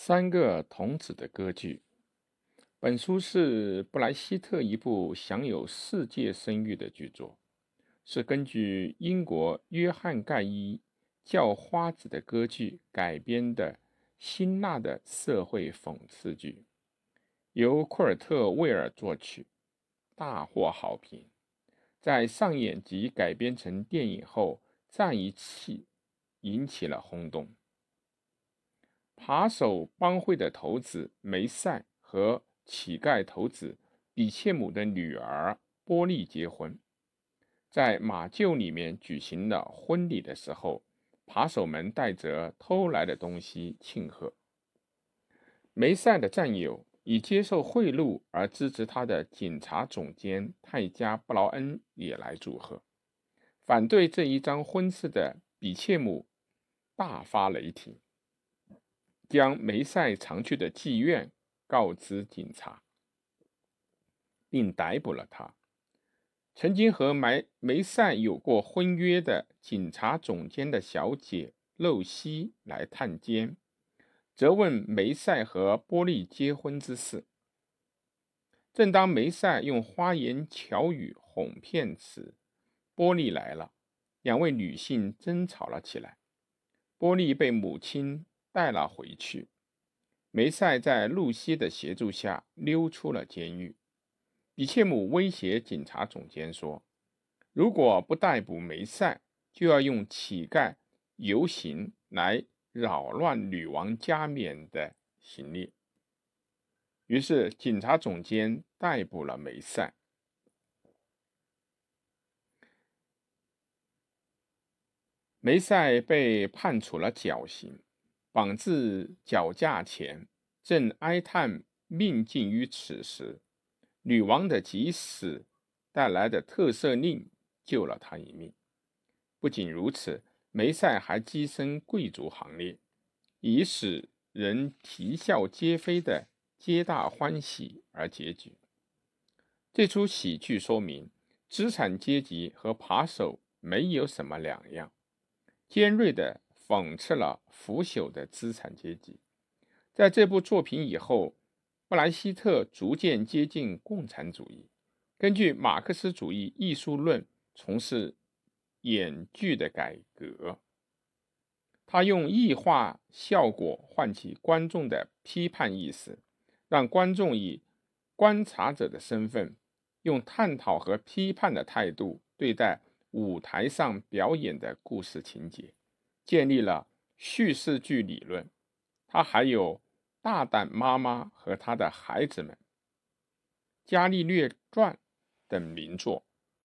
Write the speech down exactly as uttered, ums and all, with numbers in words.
三个童子的歌剧。本书是布莱希特一部享有世界声誉的剧作，是根据英国约翰盖伊叫花子的歌剧改编的辛辣的社会讽刺剧，由库尔特·威尔作曲，大获好评。在上演及改编成电影后，再一次引起了轰动。扒手帮会的头子梅塞和乞丐头子比切姆的女儿波利结婚，在马厩里面举行了婚礼的时候，扒手们带着偷来的东西庆贺。梅塞的战友以接受贿赂而支持他的警察总监泰加·布劳恩也来祝贺。反对这一桩婚事的比切姆大发雷霆，将梅塞常去的妓院告知警察，并逮捕了他。曾经和梅梅塞有过婚约的警察总监的小姐露西来探监，责问梅塞和波利结婚之事。正当梅塞用花言巧语哄骗时，波利来了，两位女性争吵了起来。波利被母亲带了回去，梅塞在露西的协助下溜出了监狱。比切姆威胁警察总监说，如果不逮捕梅塞，就要用乞丐游行来扰乱女王加冕的行列。于是警察总监逮捕了梅塞。梅塞被判处了绞刑，绑至绞架前，正哀叹命尽于此时，女王的急死带来的特赦令救了他一命。不仅如此，梅塞还跻身贵族行列，以使人啼笑皆非的皆大欢喜而结局。这出喜剧说明，资产阶级和扒手没有什么两样，尖锐地讽刺了腐朽的资产阶级。在这部作品以后，布莱希特逐渐接近共产主义，根据马克思主义艺术论从事演剧的改革。他用异化效果唤起观众的批判意识，让观众以观察者的身份，用探讨和批判的态度对待舞台上表演的故事情节，建立了叙事剧理论。他还有大胆妈妈和她的孩子们、伽利略传等名作。